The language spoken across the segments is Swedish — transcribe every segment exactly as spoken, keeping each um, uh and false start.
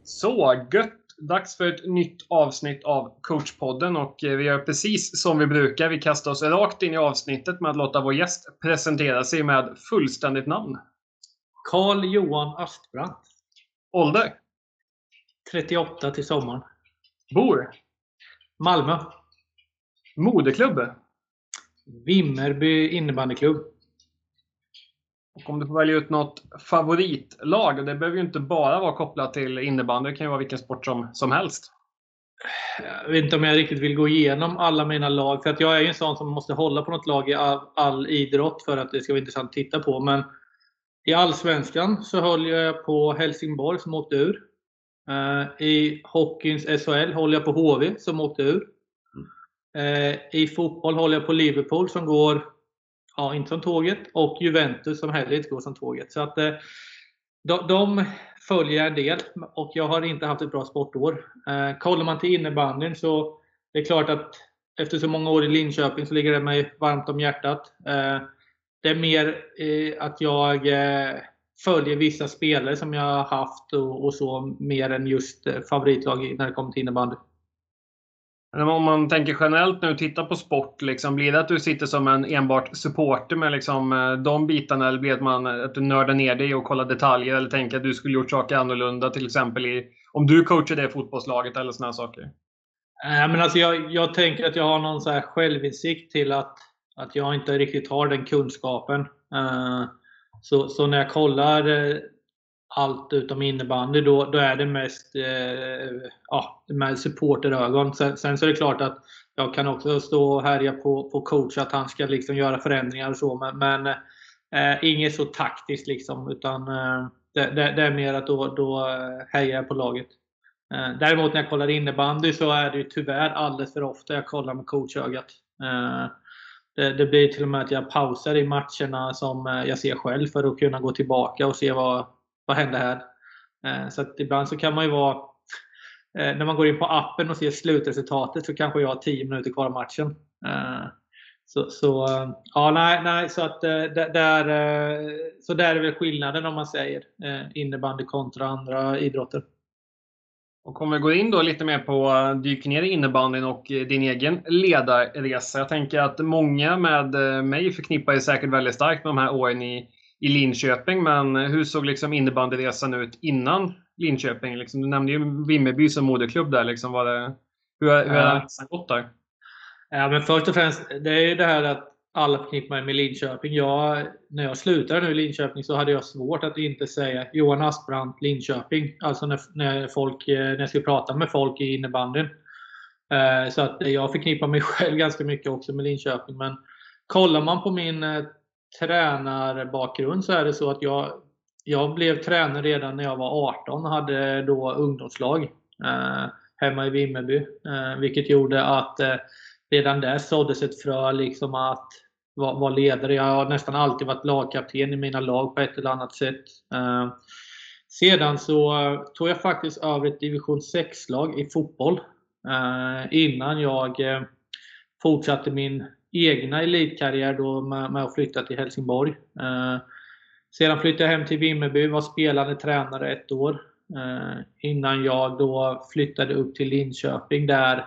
Så gött! Dags för ett nytt avsnitt av Coachpodden och vi gör precis som vi brukar. Vi kastar oss rakt in i avsnittet med att låta vår gäst presentera sig med fullständigt namn. Carl-Johan Aspbrandt. Ålder? trettioåtta till sommaren. Bor? Malmö. Moderklubb? Vimmerby innebandyklubb. Och om du får välja ut något favoritlag, det behöver ju inte bara vara kopplat till innebandy, det kan ju vara vilken sport som, som helst. Jag vet inte om jag riktigt vill gå igenom alla mina lag, för att jag är ju en sån som måste hålla på något lag i all, all idrott för att det ska vara intressant att titta på. Men i Allsvenskan så höll jag på Helsingborg som åkte ur. I hockeyns S H L håller jag på H V som åkte ur. I fotboll håller jag på Liverpool som går, ja, inte som tåget, och Juventus som heller inte går som tåget. Så att de, de följer en del, och jag har inte haft ett bra sportår. Eh, kollar man till innebandyn så det är klart att efter så många år i Linköping så ligger det mig varmt om hjärtat. Eh, det är mer eh, att jag eh, följer vissa spelare som jag har haft och, och så, mer än just eh, favoritlag när det kommer till innebandy. Om man tänker generellt nu, titta på sport, liksom, blir det att du sitter som en enbart supporter med liksom, de bitarna, eller blir det att, man, att du nördar ner dig och kollar detaljer, eller tänker att du skulle gjort saker annorlunda, till exempel i, om du coachar det fotbollslaget eller såna här saker? Äh, men alltså jag, jag tänker att jag har någon så här självinsikt till att, att jag inte riktigt har den kunskapen. Uh, så, så när jag kollar uh, allt utom innebandy, då, då är det mest, eh, ja, med supporterögon. Sen, sen så är det klart att jag kan också stå och härja på, på coach att han ska liksom göra förändringar och så. Men, men eh, inget så taktiskt liksom, utan eh, det, det, det är mer att då, då hejar jag på laget. Eh, däremot när jag kollar innebandy så är det ju tyvärr alldeles för ofta jag kollar med coachögat. Eh, det, det blir till och med att jag pausar i matcherna som jag ser själv för att kunna gå tillbaka och se vad Vad händer här? Så att ibland så kan man ju vara, när man går in på appen och ser slutresultatet, så kanske jag har tio minuter kvar av matchen. Så, så ja, nej, nej, så att där, så där är väl skillnaden, om man säger innebandy kontra andra idrotter. Och om vi går in då lite mer på dyker ner i innebandyn och din egen ledarresa. Jag tänker att många med mig förknippar ju säkert väldigt starkt med de här åren i i Linköping, men hur såg liksom innebandyresan ut innan Linköping? Liksom, du nämnde ju Vimmerby som moderklubb där. Liksom, var det, hur har det ja. gått där? Ja, men först och främst, det är ju det här att alla förknippar mig med Linköping. Jag, när jag slutade nu i Linköping så hade jag svårt att inte säga Johan Aspbrandt Linköping. Alltså när, när, folk, när jag skulle prata med folk i innebandyn. Så att jag förknippar mig själv ganska mycket också med Linköping. Men kollar man på min tränarbakgrund så är det så att jag, jag blev tränare redan när jag var arton och hade då ungdomslag eh, hemma i Vimmerby. Eh, vilket gjorde att eh, redan där såddes ett frö liksom att vara var ledare. Jag har nästan alltid varit lagkapten i mina lag på ett eller annat sätt. Eh, sedan så tog jag faktiskt över ett division sex-lag i fotboll eh, innan jag eh, fortsatte min egna elitkarriär då med, med att flytta till Helsingborg. Eh, sedan flyttade jag hem till Vimmerby, var spelande tränare ett år. Eh, innan jag då flyttade upp till Linköping där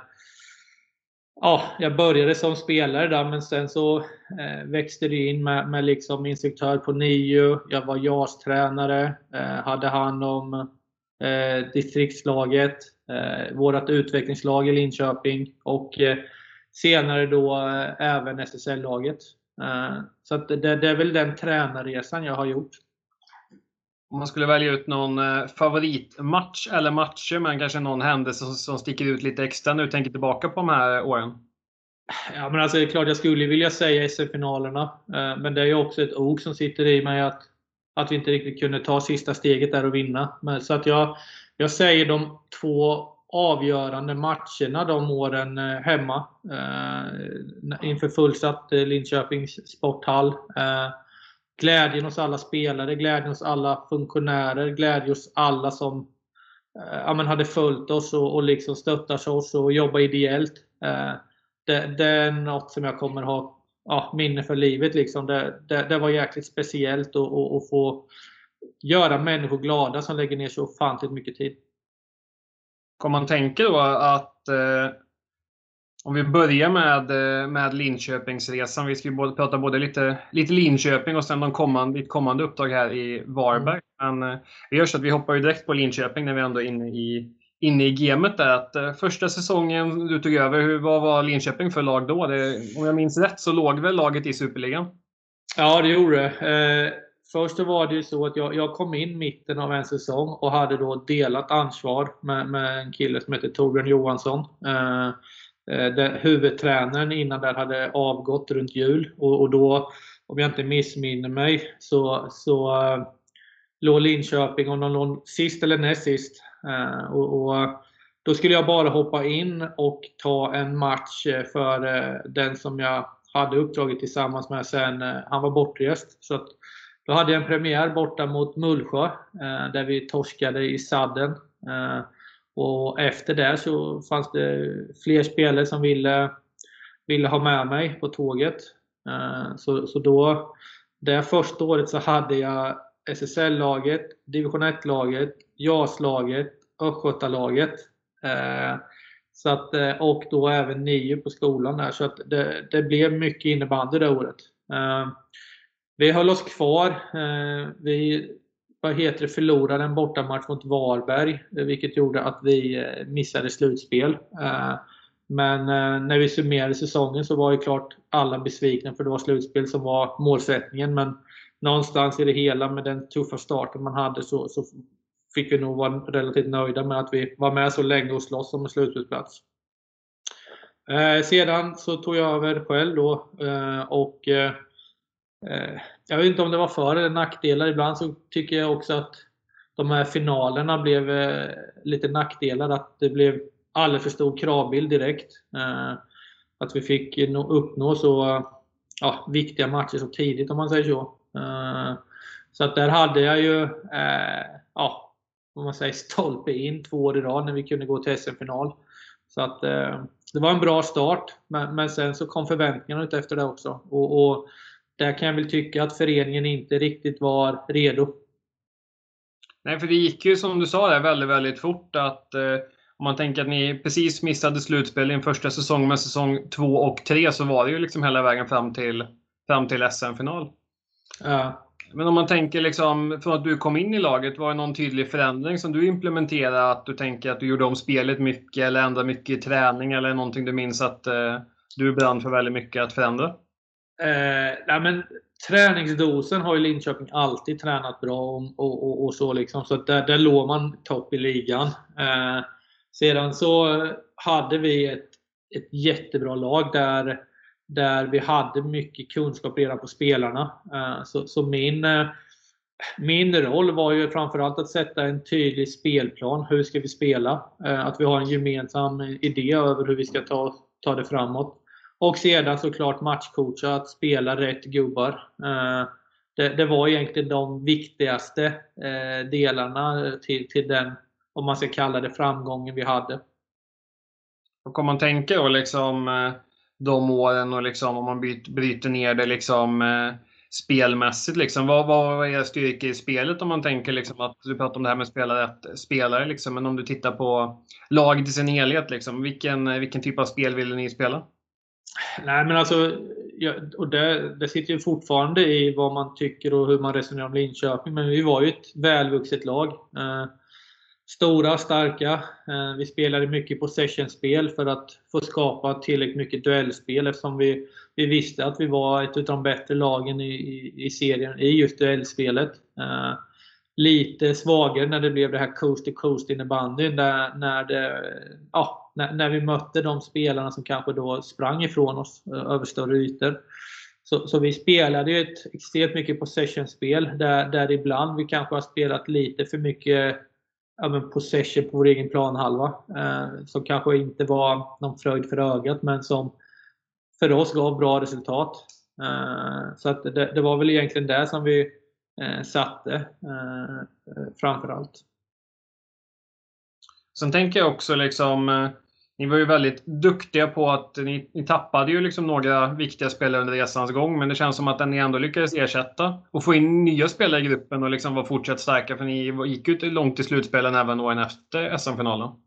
ja, jag började som spelare där, men sen så eh, växte det in med, med liksom instruktör på N I U. Jag var J A S-tränare, eh, hade hand om eh, distriktslaget, eh, vårat utvecklingslag i Linköping och eh, senare då även S S L-laget. Så att det, det är väl den tränarresan jag har gjort. Om man skulle välja ut någon favoritmatch eller matcher, men kanske någon händelse som, som sticker ut lite extra nu, tänker tillbaka på de här åren? Ja, men alltså det är klart jag skulle vilja säga S M-finalerna. Men det är ju också ett ord som sitter i mig att, att vi inte riktigt kunde ta sista steget där och vinna. Men, så att jag, jag säger de två avgörande matcherna de åren hemma eh, inför fullsatt eh, Linköpings sporthall. Eh, glädjen hos alla spelare, glädjen hos alla funktionärer, glädjen hos alla som eh, ja, men hade följt oss och, och liksom stöttar oss och jobbar ideellt. Eh, det, det är något som jag kommer ha ja, minne för livet. Liksom. Det, det, det var jäkligt speciellt att och, och få göra människor glada som lägger ner så ofantligt mycket tid. Om man tänker då att eh, om vi börjar med, med Linköpingsresan. Vi ska ju både, prata både lite, lite Linköping och sen de kommande, ett kommande uppdrag här i Varberg. Mm. Men eh, vi gör så att vi hoppar ju direkt på Linköping när vi ändå är inne i, inne i gamet där. Att, eh, första säsongen du tog över, hur, vad var Linköping för lag då? Det, om jag minns rätt så låg väl laget i Superligan? Ja, det gjorde det. Eh, först så var det ju så att jag, jag kom in mitten av en säsong och hade då delat ansvar med, med en kille som heter Torbjörn Johansson. Eh, Där huvudtränaren innan där hade avgått runt jul och, och då, om jag inte missminner mig, så, så uh, låg Linköping om de låg sist eller näst sist. Uh, och, och då skulle jag bara hoppa in och ta en match för uh, den som jag hade uppdraget tillsammans med sen. Uh, han var bortrest. Så att, då hade jag en premiär borta mot Mullsjö uh, där vi torskade i sadden. Uh, Och efter det så fanns det fler spelare som ville, ville ha med mig på tåget. Så, så då, det första året så hade jag S S L-laget, division ett-laget, J A S-laget, Östgötalaget. Så att, och då även nio på skolan där. Så att det, det blev mycket innebandy det året. Vi höll oss kvar. Vi vad heter det, förlorade en bortamatch mot Varberg, vilket gjorde att vi missade slutspel. Men när vi summerade säsongen så var ju klart alla besvikna, för det var slutspel som var målsättningen. Men någonstans i det hela med den tuffa starten man hade så, så fick vi nog vara relativt nöjda med att vi var med så länge och slåss om en slutspelsplats. Sedan så tog jag över själv då och jag vet inte om det var för eller nackdelar. Ibland så tycker jag också att de här finalerna blev lite nackdelar. Att det blev alldeles för stor kravbild direkt. Att vi fick uppnå så ja, viktiga matcher så tidigt, om man säger så. Så att där hade jag ju ja, om man säger stolpe in två år i rad när vi kunde gå till S M-final. Så att det var en bra start. Men, men sen så kom förväntningarna ut efter det också. Och, och där kan jag väl tycka att föreningen inte riktigt var redo. Nej, för det gick ju som du sa där väldigt, väldigt fort. Att eh, om man tänker att ni precis missade slutspel i en första säsong med säsong två och tre, så var det ju liksom hela vägen fram till, fram till S M-final. Ja. Men om man tänker liksom, från att du kom in i laget, var det någon tydlig förändring som du implementerade? Att du tänker att du gjorde om spelet mycket eller ändrade mycket i träning, eller någonting du minns att eh, du brann för väldigt mycket att förändra? Eh, nej men, träningsdosen har ju Linköping alltid tränat bra och, och, och, och så liksom. Så där, där låg man topp i ligan. Eh, sedan så hade vi ett, ett jättebra lag där, där vi hade mycket kunskap redan på spelarna. Eh, så så min, eh, min roll var ju framförallt att sätta en tydlig spelplan. Hur ska vi spela? Eh, att vi har en gemensam idé över hur vi ska ta, ta det framåt. Och sedan såklart matchcoacha, att spela rätt gubbar. Det, det var egentligen de viktigaste delarna till, till den, om man ska kalla det, framgången vi hade. Och om man tänker då liksom de åren och liksom om man byter, bryter ner det liksom spelmässigt liksom, vad, vad är styrka i spelet om man tänker liksom att du pratar om det här med spela rätt spelare liksom, men om du tittar på laget i sin helhet liksom, vilken, vilken typ av spel vill ni spela? Nej men alltså, ja, och det, det sitter ju fortfarande i vad man tycker och hur man resonerar om Linköping. Men vi var ju ett välvuxet lag. Eh, stora, starka. Eh, vi spelade mycket possession-spel för att få skapa tillräckligt mycket duellspel. Eftersom vi, vi visste att vi var ett av de bättre lagen i, i, i serien i just duellspelet. Eh, lite svagare när det blev det här coast-to-coast innebandyn. Där, när det, ja, När, när vi mötte de spelarna som kanske då sprang ifrån oss över större ytor. Så, så vi spelade ju ett extremt mycket possession-spel. Där, där ibland vi kanske har spelat lite för mycket ja, men possession på vår egen planhalva. Eh, som kanske inte var någon fröjd för ögat, men som för oss gav bra resultat. Eh, så att det, det var väl egentligen det som vi eh, satte eh, framförallt. Sen tänker jag också liksom, ni var ju väldigt duktiga på att ni, ni tappade ju liksom några viktiga spelare under resans gång, men det känns som att ni ändå lyckades ersätta och få in nya spelare i gruppen och liksom var fortsatt starka, för ni gick ut långt i slutspelen även åren efter S M-finalen.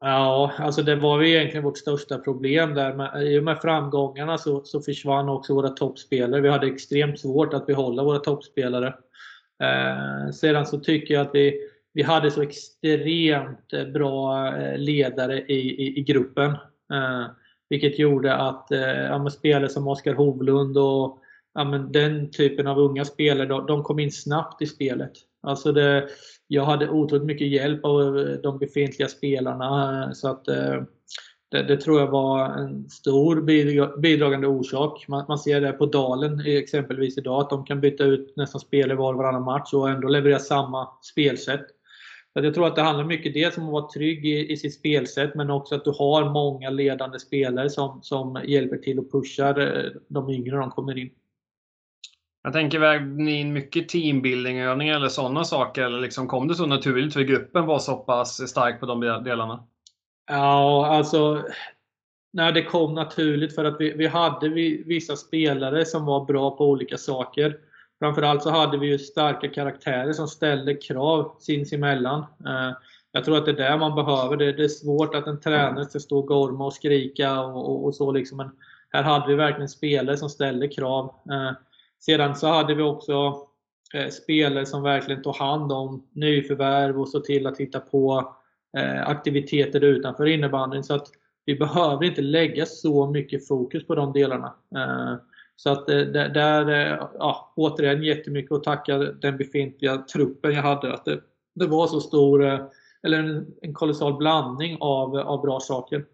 Ja, alltså det var ju egentligen vårt största problem där. Med, i och med framgångarna så, så försvann också våra toppspelare. Vi hade extremt svårt att behålla våra toppspelare. Eh, sedan så tycker jag att vi, vi hade så extremt bra ledare i, i, i gruppen. Eh, vilket gjorde att eh, ja, spelare som Oskar Hovlund och ja, men den typen av unga spelare, de, de kom in snabbt i spelet. Alltså det, jag hade otroligt mycket hjälp av de befintliga spelarna. Så att det, det tror jag var en stor bidragande orsak. Man, man ser det på Dalen exempelvis idag, att de kan byta ut nästan spelare var och varannan match och ändå leverera samma spelsätt. Så jag tror att det handlar mycket dels om att vara trygg i, i sitt spelsätt, men också att du har många ledande spelare som, som hjälper till och pushar de yngre när de kommer in. Jag tänker, vägde ni in mycket teambuilding-övningar eller sådana saker? Eller liksom kom det så naturligt för gruppen var så pass stark på de delarna? Ja, alltså nej, det kom naturligt för att vi, vi hade vissa spelare som var bra på olika saker. Framförallt så hade vi ju starka karaktärer som ställde krav sinsemellan. Jag tror att det är det man behöver. Det, det är svårt att en tränare ska stå och gorma och skrika och, och, och så liksom. Men här hade vi verkligen spelare som ställde krav. Sedan så hade vi också spelare som verkligen tog hand om nyförvärv och så till att hitta på aktiviteter utanför innebandyn. Så att vi behöver inte lägga så mycket fokus på de delarna. Så att där, ja, återigen jättemycket att tacka den befintliga truppen jag hade. Att det, det var så stor, eller en, en kolossal blandning av, av bra saker.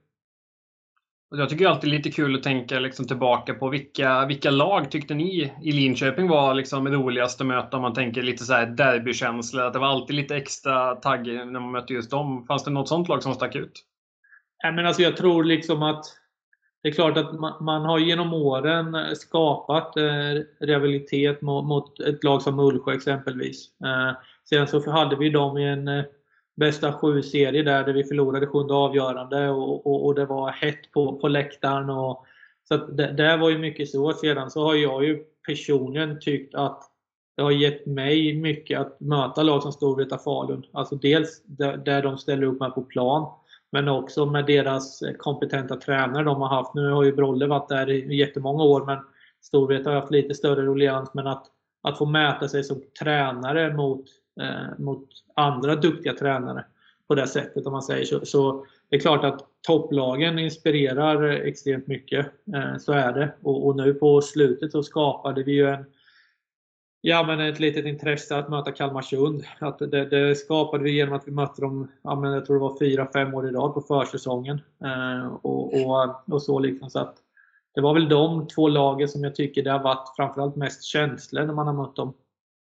Jag tycker alltid det är lite kul att tänka liksom tillbaka på vilka, vilka lag tyckte ni i Linköping var liksom roligast att möta, om man tänker lite så här derbykänsla. Att det var alltid lite extra tagg när man mötte just dem. Fanns det något sånt lag som stack ut? Nej, men alltså jag tror liksom att det är klart att man, man har genom åren skapat eh, rivalitet mot, mot ett lag som Mullsjö exempelvis. Eh, sedan så hade vi dem i en eh, bästa sju-serie där, där vi förlorade sjunde avgörande och, och, och det var hett på, på läktaren. Och, så att det, det var ju mycket så. Sedan så har jag ju personligen tyckt att det har gett mig mycket att möta lag som Storvreta Falun. Alltså dels där, där de ställer upp med på plan, men också med deras kompetenta tränare de har haft. Nu har ju Brolle varit där i jättemånga år, men Storvreta har haft lite större ruljans. Men att, att få mäta sig som tränare mot, eh, mot andra duktiga tränare på det sättet, om man säger så. Så det är klart att topplagen inspirerar extremt mycket. Eh, så är det. Och, och nu på slutet så skapade vi ju en Ja, men ett litet intresse att möta Kalmarsund. Att det, det skapade vi genom att vi mötte dem, ja, men jag tror det var fyra, fem år i rad på försäsongen. Eh, och, och, och så liksom. Så att det var väl de två lagen som jag tycker det har varit framförallt mest känslor när man har mött dem.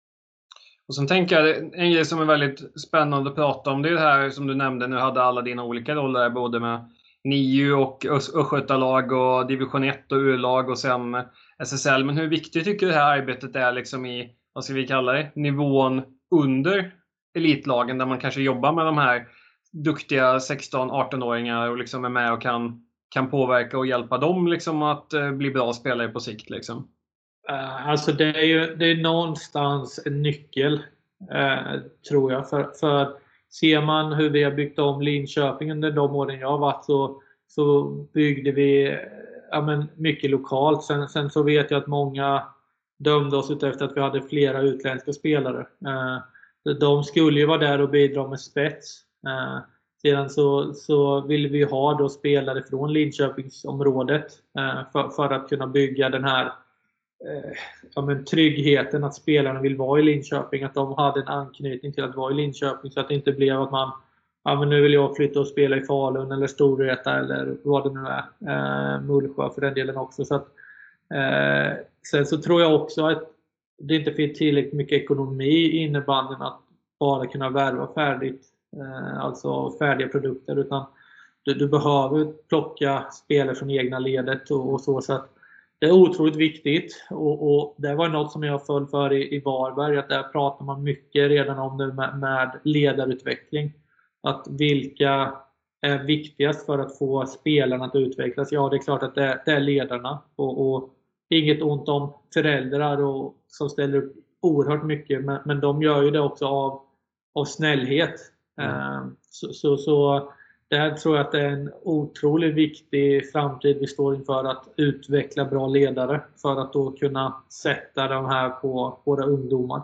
Och sen tänker jag, en grej som är väldigt spännande att prata om, det är det här som du nämnde, nu hade alla dina olika roller, både med N I U och Östgötalag och division ett och U-lag och sen S S L. Men hur viktigt tycker du det här arbetet är liksom i, vad ska vi kalla det, nivån under elitlagen, där man kanske jobbar med de här duktiga sexton-arton-åringar och liksom är med och kan, kan påverka och hjälpa dem liksom att uh, bli bra spelare på sikt liksom? Uh, alltså det är ju det är någonstans en nyckel, uh, tror jag. För, för ser man hur vi har byggt om Linköping under de åren jag har varit, så, så byggde vi ja, men mycket lokalt. Sen, sen så vet jag att många dömde oss ut efter att vi hade flera utländska spelare. Uh, de skulle ju vara där och bidra med spets. Uh, sedan så, så ville vi ha då spelare från Linköpingsområdet uh, för, för att kunna bygga den här Ja, men tryggheten att spelarna vill vara i Linköping, att de hade en anknytning till att vara i Linköping, så att det inte blev att man ja, men nu vill jag flytta och spela i Falun eller Storvreta eller vad det nu är, eh, Mullsjö för den delen också. Så att, eh, sen så tror jag också att det inte finns tillräckligt mycket ekonomi i innebandyn att bara kunna värva färdigt, eh, alltså färdiga produkter, utan du, du behöver plocka spelare från egna ledet och, och så, så att det är otroligt viktigt, och, och det var något som jag föll för i, i Varberg, att där pratar man mycket redan om det med, med ledarutveckling. Att vilka är viktigast för att få spelarna att utvecklas? Ja, det är klart att det, det är ledarna, och, och inget ont om föräldrar och, som ställer upp oerhört mycket, men, men de gör ju det också av, av snällhet. Mm. Så, så, så där tror jag att det är en otroligt viktig framtid vi står inför, att utveckla bra ledare för att då kunna sätta de här på våra ungdomar.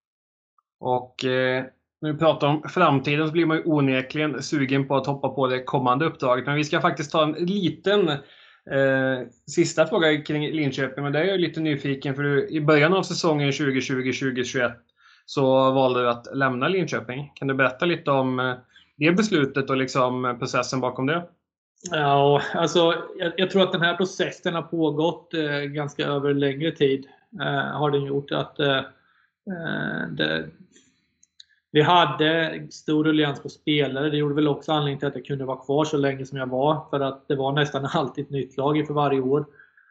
Och eh, när vi pratar om framtiden så blir man ju onekligen sugen på att hoppa på det kommande uppdraget. Men vi ska faktiskt ta en liten eh, sista fråga kring Linköping. Men där är jag lite nyfiken, för du, i början av säsongen tjugo tjugo tjugo tjugoett så valde du att lämna Linköping. Kan du berätta lite om eh, det beslutet och liksom processen bakom det? Ja, alltså jag, jag tror att den här processen har pågått eh, ganska över längre tid. Eh, har den gjort att eh, det, vi hade stor ruljans på spelare. Det gjorde väl också anledning till att jag kunde vara kvar så länge som jag var, för att det var nästan alltid ett nytt lag för varje år.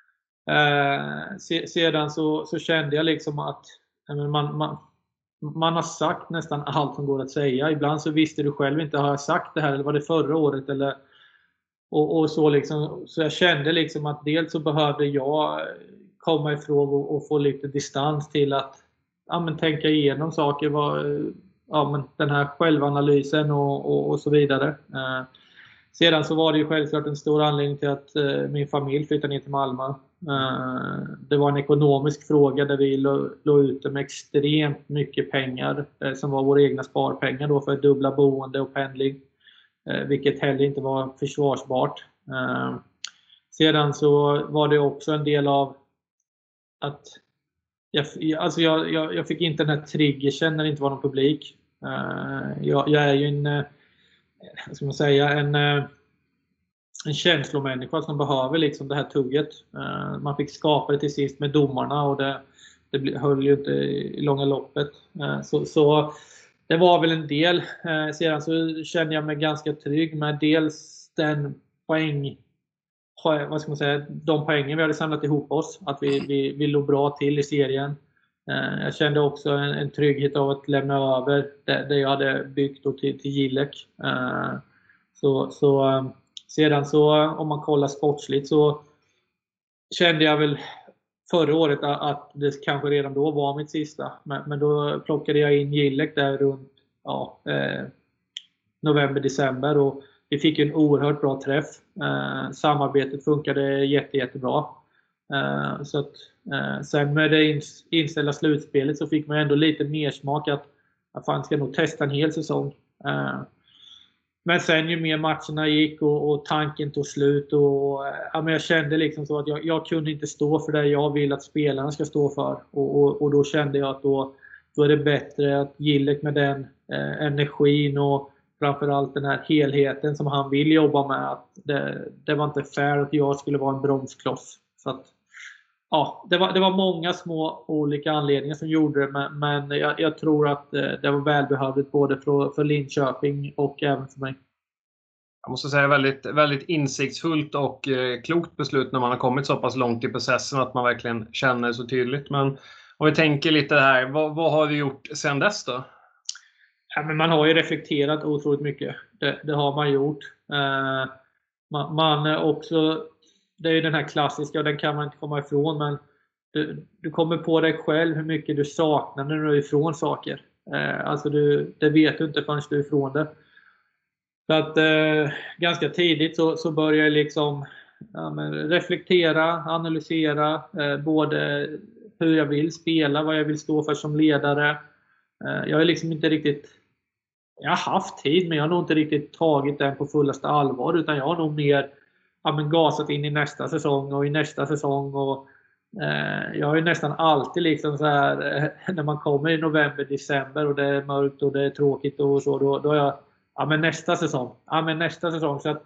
Eh, se, sedan så, så kände jag liksom att man, man, man har sagt nästan allt som går att säga. Ibland så visste du själv inte, har jag sagt det här eller var det förra året eller, och, och så liksom. Så jag kände liksom att dels så behövde jag komma ifrån och, och få lite distans till att ja, men tänka igenom saker, vad, ja, men den här självanalysen och, och, och så vidare. Eh, sedan så var det ju självklart en stor anledning till att eh, min familj flyttade ner till Malmö. Eh, det var en ekonomisk fråga där vi låg ute med extremt mycket pengar eh, som var våra egna sparpengar då, för dubbla boende och pendling. Eh, vilket heller inte var försvarsbart. Eh, sedan så var det också en del av att Jag, alltså jag, jag, jag fick inte den här triggersen när det inte var någon publik. Uh, jag, jag är ju en, uh, vad ska man säga, en, uh, en känslomänniska som behöver liksom det här tugget. Uh, man fick skapa det till sist med domarna och det, det höll ju inte i långa loppet. Uh, så, så det var väl en del. Uh, sedan så kände jag mig ganska trygg med dels den poäng vad ska man säga, de poängen vi hade samlat ihop oss, att vi, vi, vi låg bra till i serien. Eh, jag kände också en, en trygghet av att lämna över det, det jag hade byggt då till, till Gillek. Eh, så, så, eh, sedan så, om man kollar sportsligt, så kände jag väl förra året att, att det kanske redan då var mitt sista. Men, men då plockade jag in Gillek där runt ja, eh, november, december, och vi fick en oerhört bra träff. Eh, samarbetet funkade jätte, jättebra. Eh, så att, eh, sen med det inställda slutspelet så fick man ändå lite mer smak att jag fan ska nog testa en hel säsong. Eh, men sen ju mer matcherna gick och, och tanken tog slut och ja, men jag kände liksom så att jag, jag kunde inte stå för det jag vill att spelarna ska stå för. Och, och, och då kände jag att då, då är det bättre att Gillek med den eh, energin och framförallt den här helheten som han vill jobba med, att det, det var inte fair att jag skulle vara en bromskloss. Så att, ja, det var, det var många små olika anledningar som gjorde det, men, men jag, jag tror att det var välbehövligt både för, för Linköping och även för mig. Jag måste säga väldigt, väldigt insiktsfullt och eh, klokt beslut när man har kommit så pass långt i processen att man verkligen känner så tydligt. Men om vi tänker lite här, vad, vad har du gjort sedan dess då? Ja, men man har ju reflekterat otroligt mycket. Det, det har man gjort. Eh, man, man också, det är ju den här klassiska, och den kan man inte komma ifrån, men du, du kommer på dig själv hur mycket du saknar när du är ifrån saker. Eh, alltså du, det vet du inte förrän du är ifrån det. Så att eh, ganska tidigt så, så börjar jag liksom ja, men reflektera, analysera eh, både hur jag vill spela, vad jag vill stå för som ledare. Eh, jag är liksom inte riktigt, jag har haft tid, men jag har nog inte riktigt tagit den på fullaste allvar, utan jag har nog mer ja, men gasat in i nästa säsong och i nästa säsong. Och eh, jag har ju nästan alltid liksom så här eh, när man kommer i november, december och det är mörkt och det är tråkigt och så, då, då är jag ja, men nästa säsong. Ja, men nästa säsong. Så, att,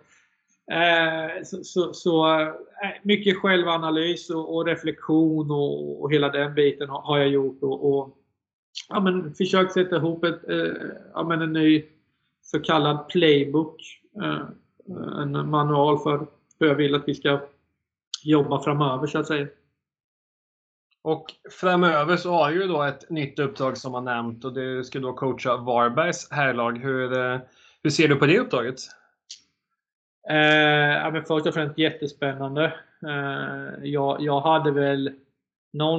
eh, så, så, så eh, mycket självanalys och, och reflektion och, och hela den biten har, har jag gjort. Och, och ja, men försökt sätta ihop ett, eh, ja, men en ny så kallad playbook. Eh, en manual för hur jag vill att vi ska jobba framöver, så att säga. Och framöver så har ju då ett nytt uppdrag som har nämnt, och du ska då coacha Varbergs herrlag. Hur, hur ser du på det uppdraget? Eh, ja, men först och främst jättespännande. Eh, jag, jag hade väl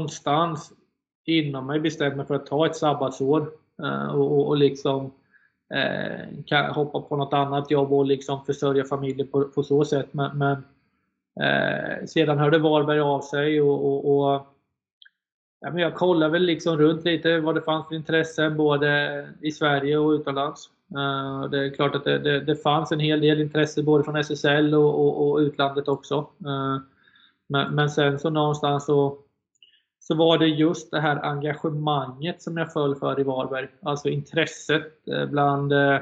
någonstans inom mig bestämt mig för att ta ett sabbatsår eh, och, och, och liksom eh, kan hoppa på något annat jobb och liksom försörja familjen på, på så sätt. Men, men eh, sedan hörde Varberg av sig och, och, och ja, men jag kollade väl liksom runt lite vad det fanns för intresse både i Sverige och utomlands. Uh, det är klart att det, det, det fanns en hel del intresse både från S S L och, och, och utlandet också. Uh, men, men sen så någonstans så, så var det just det här engagemanget som jag föll för i Varberg. Alltså intresset bland uh,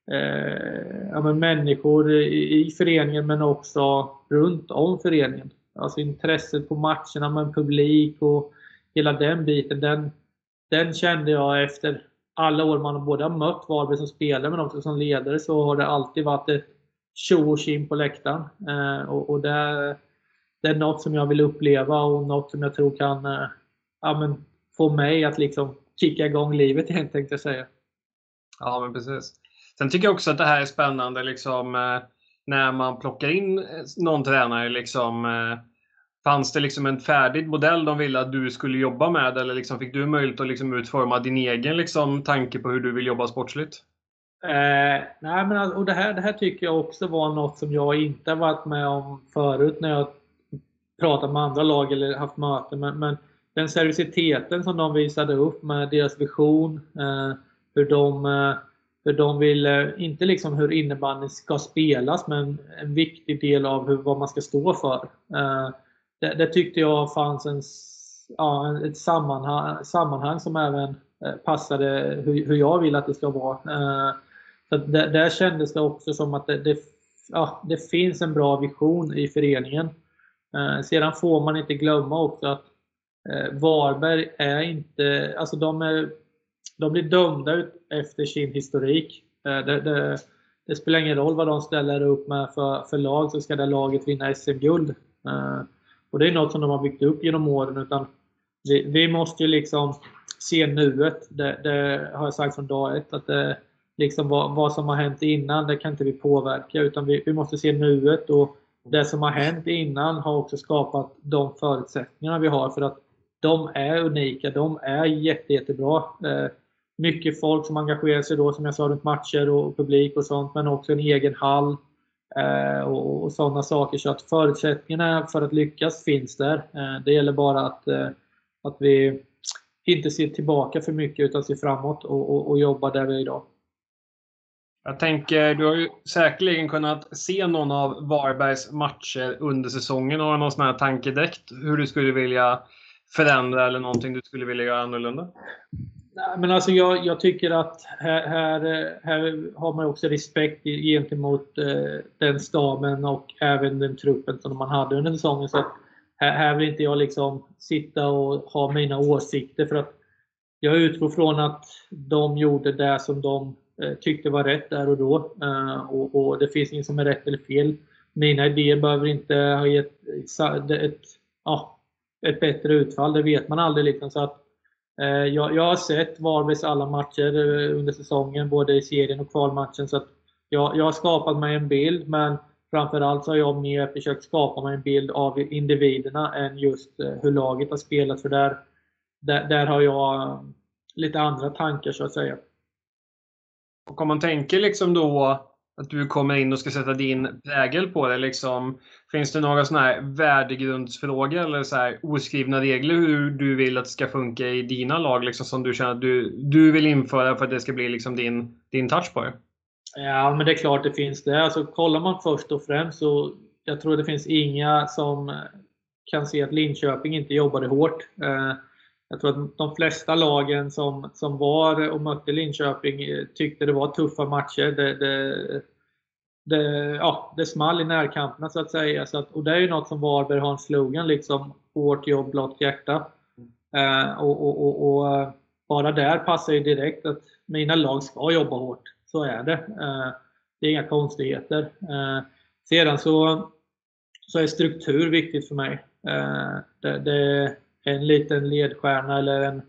ja, men människor i, i föreningen men också runt om föreningen. Alltså intresset på matcherna med publik och hela den biten, den, den kände jag efter alla år man både har mött Varberg som spelare men också som ledare, så har det alltid varit ett tjo och tjim på läktaren. Eh, och och det, det är något som jag vill uppleva och något som jag tror kan eh, ja, men få mig att liksom kicka igång livet igen, tänkte jag säga. Ja, men precis. Sen tycker jag också att det här är spännande liksom, eh, när man plockar in någon tränare liksom, eh, fanns det liksom en färdig modell de ville att du skulle jobba med, eller liksom fick du möjlighet att liksom utforma din egen liksom tanke på hur du vill jobba sportsligt? Eh, nej, men och det här, det här tycker jag också var något som jag inte varit med om förut när jag pratat med andra lag eller haft möten. Men, men den seriositeten som de visade upp med deras vision, eh, hur de eh, hur de vill, eh, inte liksom hur innebandy ska spelas, men en viktig del av hur, vad man ska stå för. Eh, Det, det tyckte jag fanns en, ja, ett sammanhang, sammanhang som även passade hur, hur jag vill att det ska vara. Så det, där kändes det också som att det, det, ja, det finns en bra vision i föreningen. Sedan får man inte glömma också att Varberg är inte, alltså de, är, de blir dömda ut efter sin historik. Det, det, det spelar ingen roll vad de ställer upp med för, för lag, så ska det laget vinna S M-guld. Och det är något som de har byggt upp genom åren, utan vi, vi måste ju liksom se nuet. Det, det har jag sagt från dag ett, att det, liksom vad, vad som har hänt innan, det kan inte vi påverka, utan vi, vi måste se nuet, och det som har hänt innan har också skapat de förutsättningarna vi har, för att de är unika, de är jätte, jättebra. Eh, mycket folk som engagerar sig då, som jag sa, runt matcher och publik och sånt, men också en egen hall. Eh, och, och sådana saker, så att förutsättningarna för att lyckas finns där. Eh, det gäller bara att, eh, att vi inte ser tillbaka för mycket utan ser framåt och, och, och jobbar där vi är idag. Jag tänker, du har ju säkerligen kunnat se någon av Varbergs matcher under säsongen. Har du någon sån här tanke direkt hur du skulle vilja förändra eller någonting du skulle vilja göra annorlunda? Nej, men alltså jag, jag tycker att här, här, här har man också respekt gentemot eh, den staben och även den truppen som man hade under säsongen. Så att här, här vill inte jag liksom sitta och ha mina åsikter, för att jag utgår från att de gjorde det som de eh, tyckte var rätt där och då. Eh, och, och det finns inget som är rätt eller fel. Mina idéer behöver inte ha gett ett, ett, ja, ett bättre utfall, det vet man aldrig liksom. Så att Jag, jag har sett Varbergs alla matcher under säsongen, både i serien och kvalmatchen, så att jag, jag har skapat mig en bild, men framförallt så har jag mer försökt skapa mig en bild av individerna än just hur laget har spelat, för där, där, där har jag lite andra tankar, så att säga. Och om man tänker liksom då att du kommer in och ska sätta din prägel på det, liksom, finns det några sådana här värdegrundsfrågor eller så här oskrivna regler hur du vill att det ska funka i dina lag, liksom, som du känner att du, du vill införa för att det ska bli liksom din, din touch på det? Ja, men det är klart det finns det. Alltså, kollar man först och främst, så jag tror det finns inga som kan se att Linköping inte jobbade hårt. Jag tror att de flesta lagen som, som var och mötte Linköping tyckte det var tuffa matcher. Det, det, det, ja, det small i närkamperna, så att säga. Så att, och det är ju något som Varberg har en slogan, liksom, hårt jobb, blått hjärta. Eh, och, och, och, och bara där passar ju direkt att mina lag ska jobba hårt. Så är det. Eh, det är inga konstigheter. Eh, sedan så, så är struktur viktigt för mig. Eh, det, det en liten ledstjärna, eller en,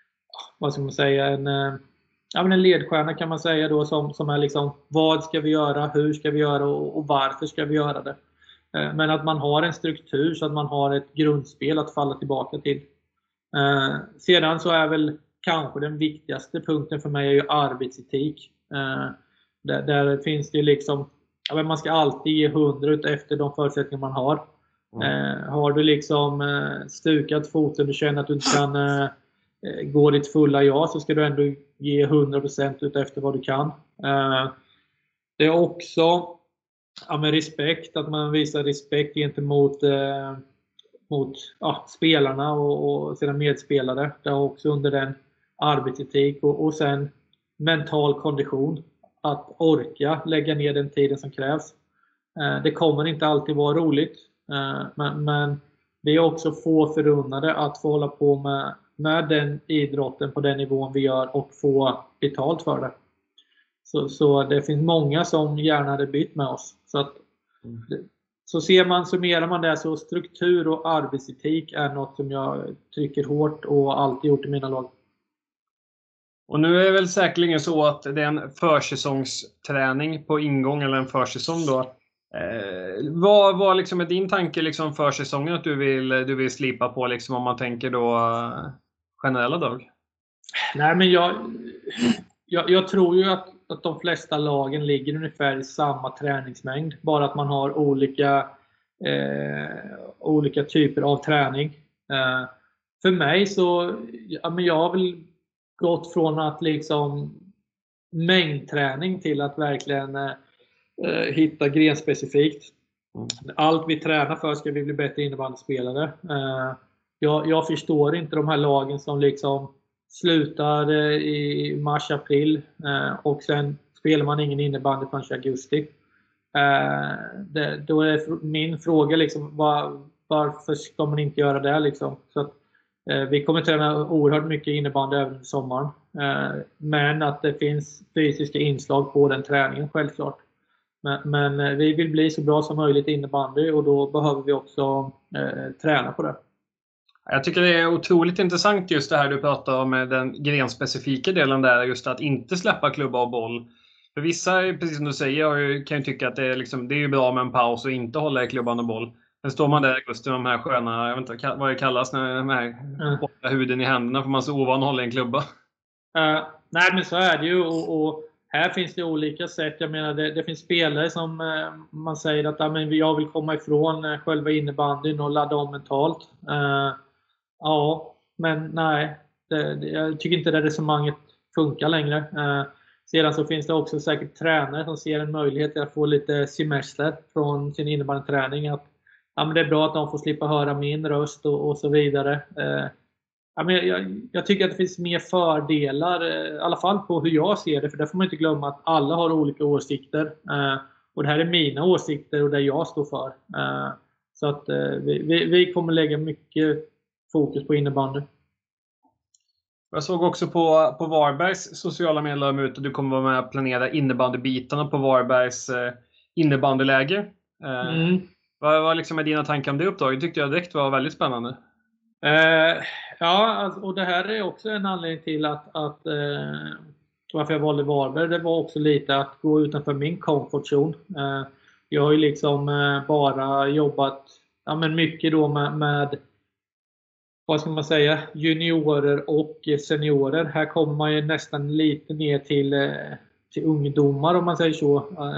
vad ska man säga, en, ja, men en ledstjärna kan man säga då, som, som är liksom, vad ska vi göra, hur ska vi göra och, och varför ska vi göra det. Men att man har en struktur så att man har ett grundspel att falla tillbaka till. Sedan så är väl kanske den viktigaste punkten för mig är ju arbetsetik. Eh, där, där finns det liksom, ja, men man ska alltid ge hundra efter de förutsättningar man har. Mm. Eh, har du liksom eh, stukat foten, du känner att du inte kan eh, gå ditt fulla ja, så ska du ändå ge hundra procent ut efter vad du kan. Eh, det är också ja, med respekt, att man visar respekt gentemot eh, mot ja, spelarna och, och sina medspelare. Det är också under den arbetsetik och, och sen mental kondition. Att orka lägga ner den tiden som krävs. Eh, det kommer inte alltid vara roligt. Eh, men, men vi är också få förunnade att få hålla på med, med den idrotten på den nivån vi gör och få betalt för det. Så, så det finns många som gärna hade bytt med oss. Så att mm. Så ser man, summerar man det, så struktur och arbetsetik är något som jag trycker hårt och alltid gjort i mina lag. Och nu är det väl säkerligen så att det är en försäsongsträning på ingång, eller en försäsong då. Eh, vad vad liksom är din tanke liksom för säsongen att du vill, du vill slipa på liksom, om man tänker då uh, generella dag? Nej, men jag, jag, jag tror ju att, att de flesta lagen ligger ungefär i samma träningsmängd. Bara att man har olika, eh, olika typer av träning. Eh, för mig så, ja, men jag har väl gått från att liksom mängdträning till att verkligen eh, hitta grenspecifikt. Mm. Allt vi tränar för ska vi bli bättre innebandyspelare. Eh, jag, jag förstår inte de här lagen som liksom slutar i mars, april eh, och sen spelar man ingen innebandy förrän i augusti. Eh, det, då är min fråga liksom, var, varför ska man inte göra det liksom? Så att, eh, vi kommer träna oerhört mycket innebandy även i sommaren. Eh, men att det finns fysiska inslag på den träningen, självklart. Men, men vi vill bli så bra som möjligt innebandy och då behöver vi också eh, träna på det. Jag tycker det är otroligt intressant just det här du pratar om med den grenspecifika delen där, just att inte släppa klubba och boll. För vissa, precis som du säger, kan ju tycka att det är, liksom, det är bra med en paus och inte hålla i klubban och boll. Sen står man där just i de här sköna, jag vet inte vad det kallas, när de här borta huden i händerna för man är så ovan att hålla i en klubba. Uh, nej men så är det ju och, och här finns det olika sätt. Jag menar det, det finns spelare som uh, man säger att ja, men jag vill komma ifrån uh, själva innebandyn och ladda om mentalt. Uh, Ja, men nej. Det, det, jag tycker inte det resonemanget funkar längre. Eh, sedan så finns det också säkert tränare som ser en möjlighet till att få lite semester från sin innebandyträning. Att ja, men det är bra att de får slippa höra min röst och, och så vidare. Eh, ja, men jag, jag tycker att det finns mer fördelar, eh, i alla fall på hur jag ser det. För där får man inte glömma att alla har olika åsikter. Eh, och det här är mina åsikter och det jag står för. Eh, så att eh, vi, vi, vi kommer lägga mycket fokus på innebandy. Jag såg också på, på Varbergs sociala medier att du kommer vara med och planera innebandybitarna på Varbergs eh, innebandyläger. Eh, mm. Vad, vad liksom är dina tankar om det uppdraget? Tyckte jag direkt var väldigt spännande. Eh, ja, alltså, och det här är också en anledning till att, att eh, varför jag valde Varberg. Det var också lite att gå utanför min comfort zone. Eh, jag har ju liksom eh, bara jobbat ja, men mycket då med, med vad ska man säga, juniorer och seniorer. Här kommer man ju nästan lite ner till, till ungdomar om man säger så.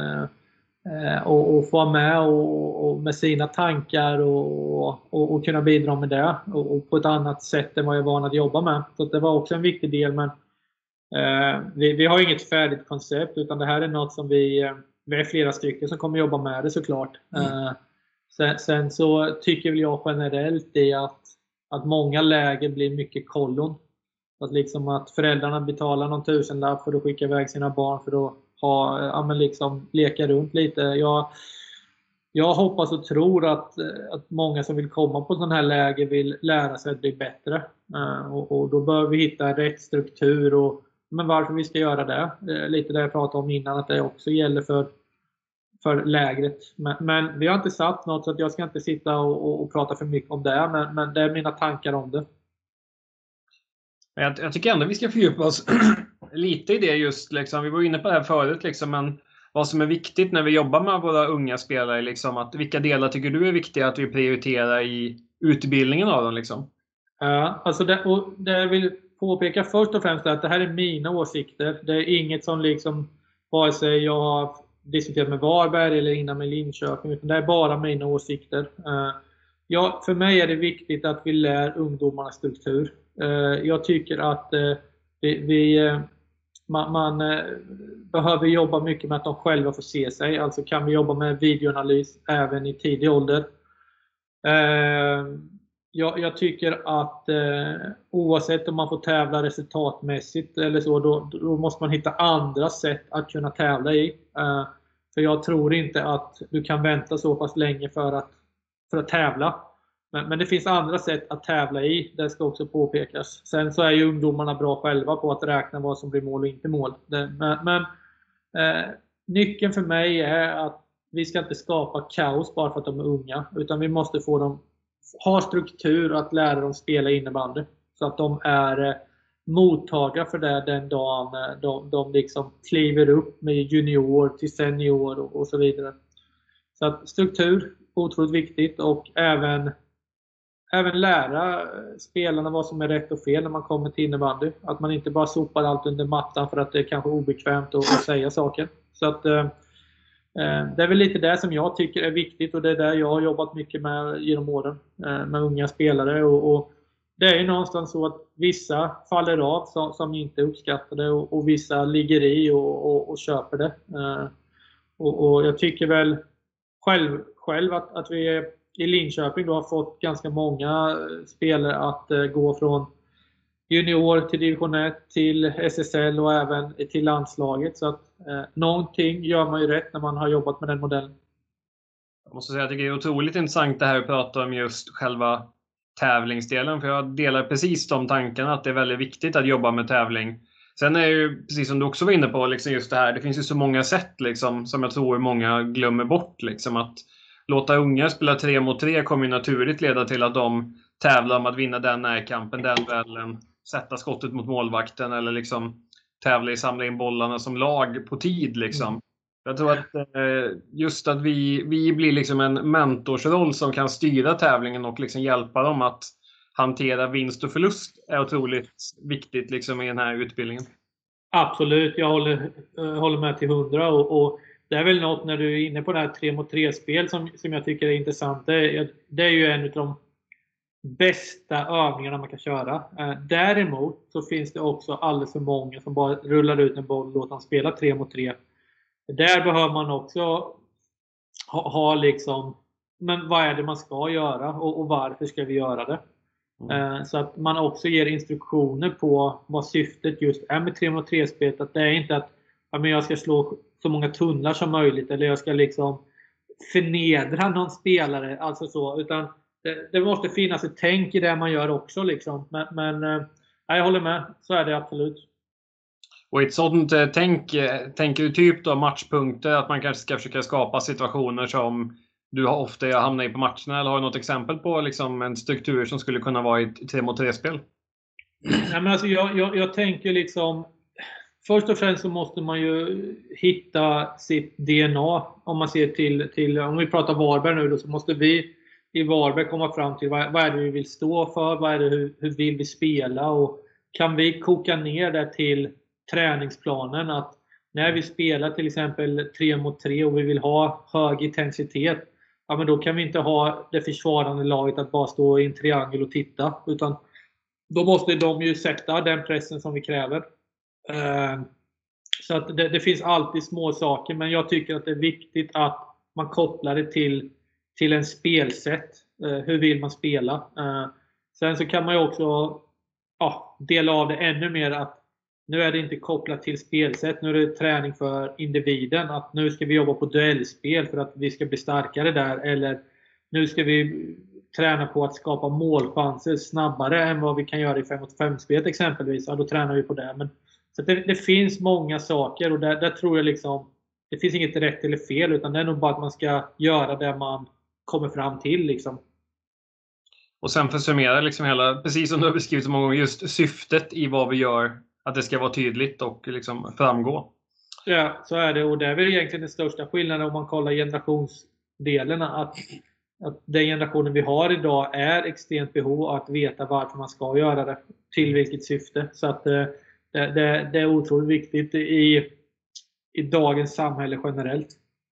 Och, och få vara med och, och med sina tankar och, och, och kunna bidra med det. Och, och på ett annat sätt än vad jag är van att jobba med. Så det var också en viktig del. Men eh, vi, vi har inget färdigt koncept utan det här är något som vi, vi är flera stycken som kommer jobba med det såklart. Mm. Eh, sen, sen så tycker väl jag generellt i att Att många läger blir mycket kollon. Att, liksom att föräldrarna betalar någon tusenlapp för att skicka iväg sina barn för att ha, ja, men liksom leka runt lite. Jag, jag hoppas och tror att, att många som vill komma på sån här läger vill lära sig att bli bättre. Uh, och, och då bör vi hitta rätt struktur. Och, men varför vi ska göra det? Uh, lite det jag pratade om innan, att det också gäller för för lägret. Men, men vi har inte satt något så att jag ska inte sitta och, och, och prata för mycket om det. Men, men det är mina tankar om det. Jag, jag tycker ändå vi ska fördjupa oss lite i det just. Liksom. Vi var inne på det här förut. Liksom, men vad som är viktigt när vi jobbar med våra unga spelare. Liksom, att, vilka delar tycker du är viktiga att vi prioriterar i utbildningen av dem? Liksom? Ja, alltså det, och det jag vill påpeka först och främst är att det här är mina åsikter. Det är inget som liksom vare sig jag har diskuterat med Varberg eller innan med Linköping, utan det är bara mina åsikter. Uh, ja, för mig är det viktigt att vi lär ungdomarna struktur. Uh, jag tycker att uh, vi, vi uh, man, man uh, behöver jobba mycket med att de själva får se sig. Alltså kan vi jobba med videoanalys även i tidig ålder. Uh, Jag, jag tycker att eh, oavsett om man får tävla resultatmässigt eller så, då, då måste man hitta andra sätt att kunna tävla i. Eh, för jag tror inte att du kan vänta så pass länge för att, för att tävla. Men, men det finns andra sätt att tävla i, det ska också påpekas. Sen så är ju ungdomarna bra själva på att räkna vad som blir mål och inte mål. Det, men men eh, nyckeln för mig är att vi ska inte skapa kaos bara för att de är unga, utan vi måste få dem ha struktur att lära dem spela innebandy. Så att de är mottaga för det den dagen de, de liksom kliver upp med junior till senior och, och så vidare. Så att struktur, otroligt viktigt, och även, även lära spelarna vad som är rätt och fel när man kommer till innebandy. Att man inte bara sopar allt under mattan för att det är kanske obekvämt att, att säga saker. Så att det är väl lite det som jag tycker är viktigt, och det är det jag har jobbat mycket med genom åren med unga spelare. Och, och det är ju någonstans så att vissa faller av som, som inte uppskattar det, och, och vissa ligger i och, och, och köper det. Och, och jag tycker väl själv, själv att, att vi i Linköping då har fått ganska många spelare att gå från junior till division ett till S S L och även till landslaget. Så att eh, någonting gör man ju rätt när man har jobbat med den modellen. Jag måste säga att det är otroligt intressant det här att prata om just själva tävlingsdelen. För jag delar precis de tankarna att det är väldigt viktigt att jobba med tävling. Sen är det ju, precis som du också var inne på, liksom just det här. Det finns ju så många sätt liksom, som jag tror många glömmer bort. Liksom, att låta unga spela tre mot tre kommer ju naturligt leda till att de tävlar om att vinna den närkampen, den duellen, sätta skottet mot målvakten eller liksom tävla i samla in bollarna som lag på tid liksom. Mm. Jag tror att eh, just att vi, vi blir liksom en mentorsroll som kan styra tävlingen och liksom hjälpa dem att hantera vinst och förlust är otroligt viktigt liksom i den här utbildningen. Absolut, jag håller, håller med till hundra, och, och det är väl något när du är inne på det här tre mot tre spel som, som jag tycker är intressant. Det är, det är ju en av de bästa övningarna man kan köra. Däremot så finns det också alldeles för många som bara rullar ut en boll och låter dem spela tre mot tre. Där behöver man också ha, ha liksom, men vad är det man ska göra och, och varför ska vi göra det? Mm. Så att man också ger instruktioner på vad syftet just är med tre mot tre spelet. Att det är inte att ja, men jag ska slå så många tunnlar som möjligt, eller jag ska liksom förnedra någon spelare, alltså så, utan det, det måste finnas ett tänk i det man gör också liksom. Men, men ja, jag håller med, så är det absolut. Och ett sådant tänk, tänker du typ då matchpunkter, att man kanske ska försöka skapa situationer som du har ofta hamnar i på matcherna, eller har du något exempel på liksom en struktur som skulle kunna vara i ett tre mot tre spel? Ja, men alltså jag, jag, jag tänker liksom, först och främst så måste man ju hitta sitt D N A. Om man ser till, till om vi pratar Varberg nu då, så måste vi i Varberg komma fram till vad, vad är det vi vill stå för, vad är det, hur, hur vill vi spela, och kan vi koka ner det till träningsplanen, att när vi spelar till exempel tre mot tre och vi vill ha hög intensitet, ja men då kan vi inte ha det försvarande laget att bara stå i en triangel och titta, utan då måste de ju sätta den pressen som vi kräver. Så att det, det finns alltid små saker, men jag tycker att det är viktigt att man kopplar det till, till en spelsätt. Hur vill man spela? Sen så kan man ju också ja, dela av det ännu mer, att nu är det inte kopplat till spelsätt, nu är det träning för individen, att nu ska vi jobba på duellspel för att vi ska bli starkare där, eller nu ska vi träna på att skapa målchanser snabbare än vad vi kan göra i fem mot fem spel exempelvis. Ja, då tränar vi på det. Men, så det, det finns många saker, och där, där tror jag liksom det finns inget rätt eller fel, utan det är nog bara att man ska göra det man kommer fram till liksom. Och sen för att summera liksom hela, precis som du har beskrivit så många gånger, just syftet i vad vi gör, att det ska vara tydligt och liksom framgå. Ja, så är det, och det är väl egentligen den största skillnaden om man kollar generationsdelarna, att, att den generationen vi har idag är extremt behov att veta varför man ska göra det, till vilket syfte. Så att det, det, det är otroligt viktigt i, i dagens samhälle generellt.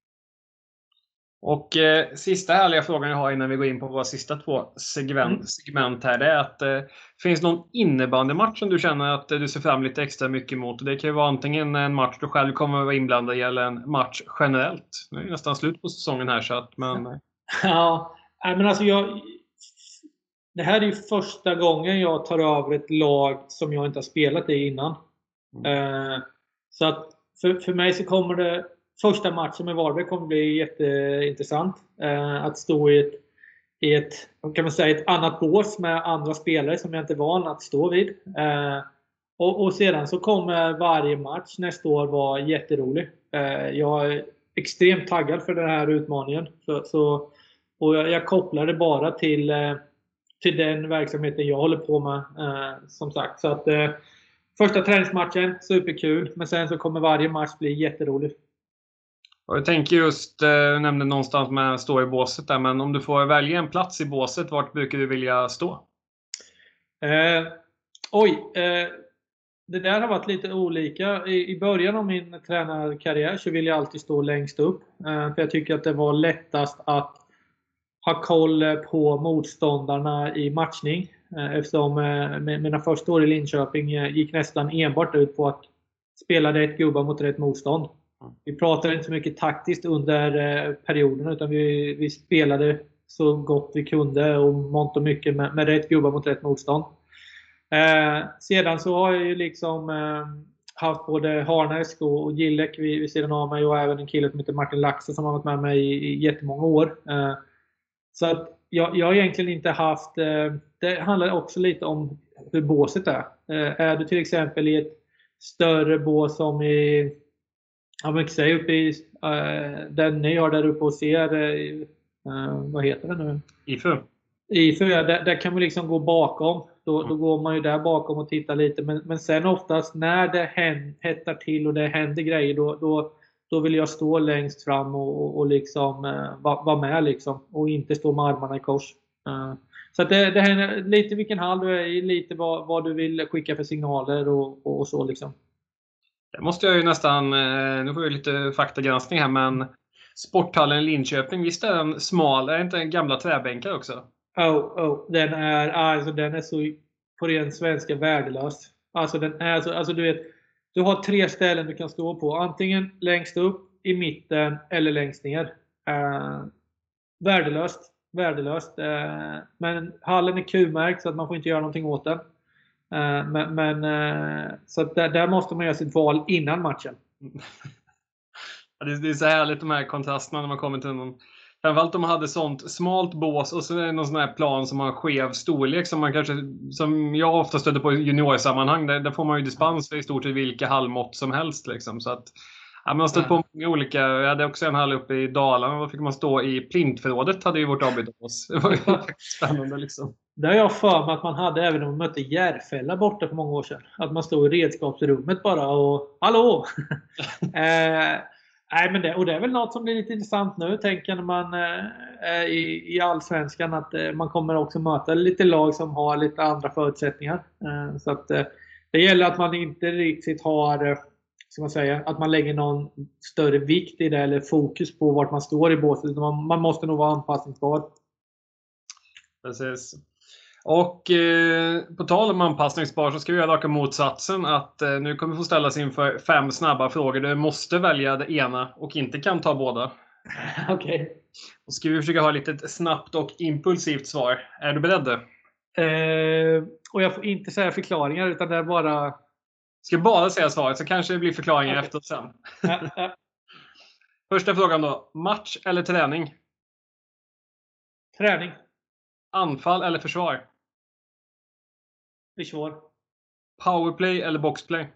Och eh, sista härliga frågan jag har innan vi går in på våra sista två segment, Mm. segment här, det är att eh, finns någon innebandymatch som du känner att eh, du ser fram lite extra mycket mot? Det kan ju vara antingen en match du själv kommer att vara inblandad i eller en match generellt. Nu är det nästan slut på säsongen här så att, men... Ja, men alltså jag... Det här är ju första gången jag tar över ett lag som jag inte har spelat i innan. Mm. Eh, så att för, för mig så kommer det... Första matchen med Varberg kommer bli jätteintressant. Eh, att stå i ett, i ett, kan man säga, ett annat bås med andra spelare som jag inte är van att stå vid. Eh, och, och sedan så kommer varje match nästa år vara jätterolig. Eh, jag är extremt taggad för den här utmaningen. Så, så, och jag, jag kopplar det bara till, eh, till den verksamheten jag håller på med. Eh, som sagt. Så att, eh, första träningsmatchen, superkul. Men sen så kommer varje match bli jätterolig. Och jag tänker just, jag nämnde någonstans med stå i båset där, men om du får välja en plats i båset, vart brukar du vilja stå? Eh, oj, eh, det där har varit lite olika. I, I början av min tränarkarriär så vill jag alltid stå längst upp. Eh, för jag tycker att det var lättast att ha koll på motståndarna i matchning. Eh, eftersom eh, mina första år i Linköping eh, gick nästan enbart ut på att spela rätt gubbar mot rätt motstånd. Vi pratade inte så mycket taktiskt under eh, perioden utan vi, vi spelade så gott vi kunde och mångt och mycket med, med rätt gubbar mot rätt motstånd. Eh, sedan så har jag ju liksom eh, haft både Harnesk och, och Gillek vid, vid sidan av mig och även en kille som heter Martin Laxe som har varit med mig i, i jättemånga år. Eh, så att jag, jag har egentligen inte haft... Eh, det handlar också lite om hur båset är. Eh, är du till exempel i ett större bås som i... Ja, men säg uppe i uh, den ni har där uppe och ser uh, vad heter det nu? I F U. I F U, ja, där, där kan man liksom gå bakom. Då, då går man ju där bakom och tittar lite. Men, men sen oftast när det hettar till och det händer grejer då, då, då vill jag stå längst fram och, och, och liksom uh, vara va med liksom. Och inte stå med armarna i kors. Uh, så att det, det händer lite vilken hall du är i, lite vad, vad du vill skicka för signaler och, och, och så liksom. Det måste jag ju nästan, nu får jag lite faktagranskning här, men sporthallen i Linköping, visst är den smal? Är det inte en gamla träbänkar också? Oh, oh, den är, alltså den är så på ren svenska värdelös. Alltså den är så, alltså du vet, du har tre ställen du kan stå på. Antingen längst upp, i mitten eller längst ner. Uh, värdelöst, värdelöst. Uh, men hallen är Q-märkt så att man får inte göra någonting åt den. Uh, men, men uh, så att där, där måste man göra sitt val innan matchen. Ja, det, det är så härligt de här kontrasterna när man kommer till någon. Framförallt om man hade sånt smalt bås och så är det någon sån här plan som har skev storlek som man kanske, som jag ofta stöter på i juniorsammanhang. Där, där får man ju dispens för i stort sett vilka hallmått som helst liksom. Så att ja, man har stött på många olika. Jag hade också en hall uppe i Dalarna. Då fick man stå i plintförrådet, hade ju vårt avbytarbås. Det var ju spännande liksom. Det har jag för mig att man hade även när man mötte Järfälla borta för många år sedan. Att man stod i redskapsrummet bara och hallå! eh, nej, men det, och det är väl något som blir lite intressant nu, tänker jag, när man eh, är i, i allsvenskan. Att eh, man kommer också möta lite lag som har lite andra förutsättningar. Eh, så att eh, det gäller att man inte riktigt har, eh, ska man säga, att man lägger någon större vikt i det eller fokus på vart man står i båset. Man, man måste nog vara anpassningsbar. Precis. Och eh, på tal om anpassningsbar så ska vi göra raka motsatsen att eh, nu kommer vi få ställas inför fem snabba frågor. Du måste välja det ena och inte kan ta båda. Okej. Okay. Då ska vi försöka ha lite snabbt och impulsivt svar. Är du beredd? Eh, och jag får inte säga förklaringar utan det är bara... Ska bara säga svaret så kanske det blir förklaringar okay. efter sen. Ja, ja. Första frågan då. Match eller träning? Träning. Anfall eller försvar? Försvar. Powerplay eller boxplay?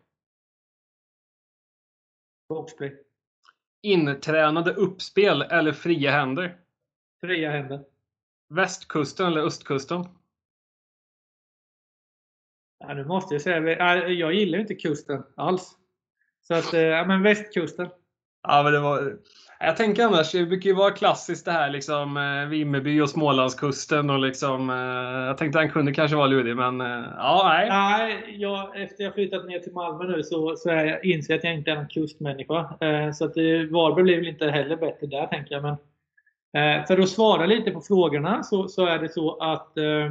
Boxplay. Intränade uppspel eller fria händer? Fria händer. Västkusten eller östkusten? Ja, nu måste jag säga, jag gillar inte kusten alls. Så att, ja men västkusten. Ja, men det var... Jag tänker annars, det brukar ju vara klassiskt det här liksom eh, Vimmerby och Smålandskusten och liksom... Eh, jag tänkte han kunde kanske vara lurig, men eh, ja, nej. Nej, jag, efter jag flyttat ner till Malmö nu så, så är jag, inser jag att jag inte är en kustmänniska. Eh, så att det, Varberg blir väl inte heller bättre där, tänker jag. Men, eh, för att svara lite på frågorna så, så är det så att eh,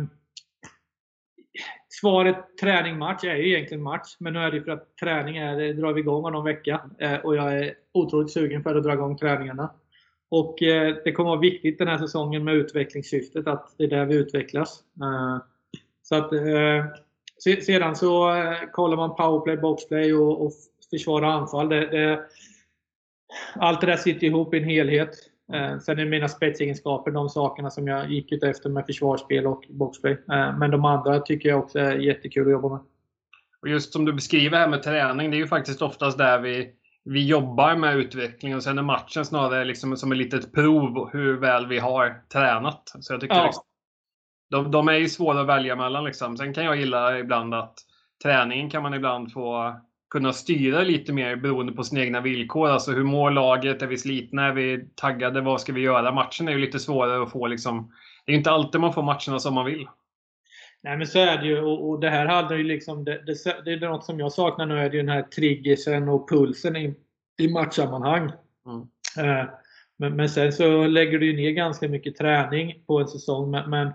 svaret träning-match är ju egentligen match. Men nu är det för att träning är, det drar vi igång om någon vecka. Eh, och jag är otroligt sugen för att dra igång träningarna. Och eh, det kommer vara viktigt den här säsongen med utvecklingssyftet, att det är där vi utvecklas. Eh, så att eh, sedan så eh, kollar man powerplay, boxplay och, och försvara anfall. Det, det, allt det där sitter ihop i en helhet. Eh, sen är mina spetsegenskaper de sakerna som jag gick ut efter med försvarsspel och boxplay. Eh, men de andra tycker jag också är jättekul att jobba med. Och just som du beskriver här med träning, det är ju faktiskt oftast där vi, vi jobbar med utveckling. Och sen är matchen snarare liksom som ett litet prov hur väl vi har tränat. Så jag tycker Ja. liksom, de, de är ju svåra att välja mellan. Liksom. Sen kan jag gilla ibland att träningen kan man ibland få kunna styra lite mer beroende på sina egna villkor. Alltså hur mår laget? Är vi slitna? Är vi taggade? Vad ska vi göra? Matchen är ju lite svårare att få. Liksom. Det är ju inte alltid man får matcherna som man vill. Nej, men så är det ju. Och, och det här handlar ju liksom, det, det, det är något som jag saknar nu, är det ju den här triggersen och pulsen i, i matchsammanhang. Mm. Eh, men, men sen så lägger du ju ner ganska mycket träning på en säsong. Men, men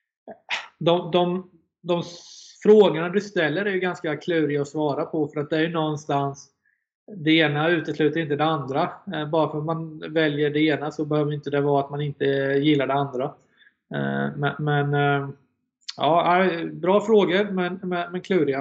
de, de, de frågorna du ställer är ju ganska kluriga att svara på, för att det är ju någonstans, det ena utesluter inte det andra. Eh, bara för att man väljer det ena så behöver inte det vara att man inte gillar det andra. Eh, men, men eh, ja, bra frågor, men, men, men kluriga.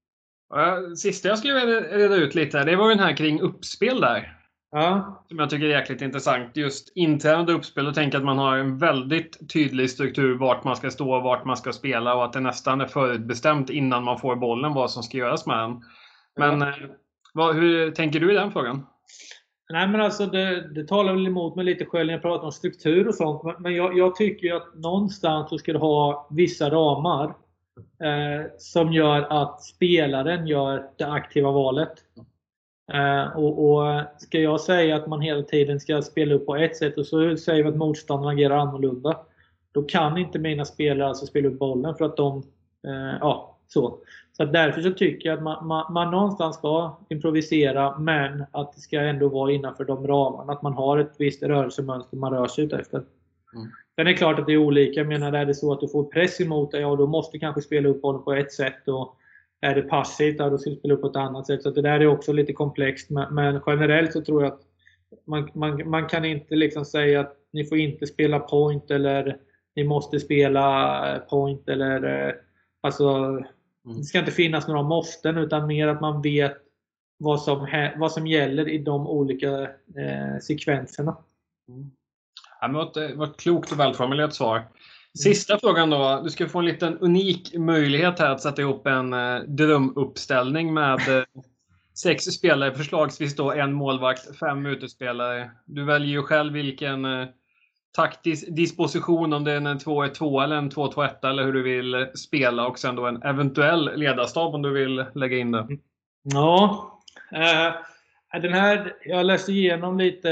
Sista jag skulle reda ut lite, det var den här kring uppspel där. Ja. Som jag tycker är jäkligt intressant. Just internt uppspel, och tänka att man har en väldigt tydlig struktur vart man ska stå, vart man ska spela, och att det nästan är förutbestämt innan man får bollen vad som ska göras med den. Men ja. vad, hur tänker du i den frågan? Nej, men alltså det, det talar väl emot mig lite själv när jag pratar om struktur och sånt. Men jag, jag tycker ju att någonstans så ska du ha vissa ramar eh, som gör att spelaren gör det aktiva valet. Eh, och, och ska jag säga att man hela tiden ska spela upp på ett sätt och så säger vi att motståndarna agerar annorlunda, då kan inte mina spelare alltså spela upp bollen för att de eh, ja, så. Så att därför så tycker jag att man, man, man någonstans ska improvisera, men att det ska ändå vara innanför de ramarna, att man har ett visst rörelsemönster man rör sig ut efter. Mm. Sen är det klart att det är olika. Jag menar, är det så att du får press emot dig, ja, då måste du kanske spela upp bollen på ett sätt, och är det passivt, ja, då ska du spela upp på ett annat sätt. Så det där är också lite komplext, men, men generellt så tror jag att man, man, man kan inte liksom säga att ni får inte spela point, eller ni måste spela point, eller alltså mm. det ska inte finnas några måsten, utan mer att man vet vad som, vad som gäller i de olika eh, sekvenserna. Mm. Ja, men det var ett klokt och välformulerat svar. Sista mm. frågan då. Du ska få en liten unik möjlighet här att sätta ihop en eh, drömuppställning med eh, sex spelare, förslagsvis då en målvakt, fem utespelare. Du väljer ju själv vilken eh, taktisk disposition, om det är en två ett två eller en två två ett eller hur du vill spela, och sen då en eventuell ledarstab om du vill lägga in det. Ja, eh, den här, jag läste igenom lite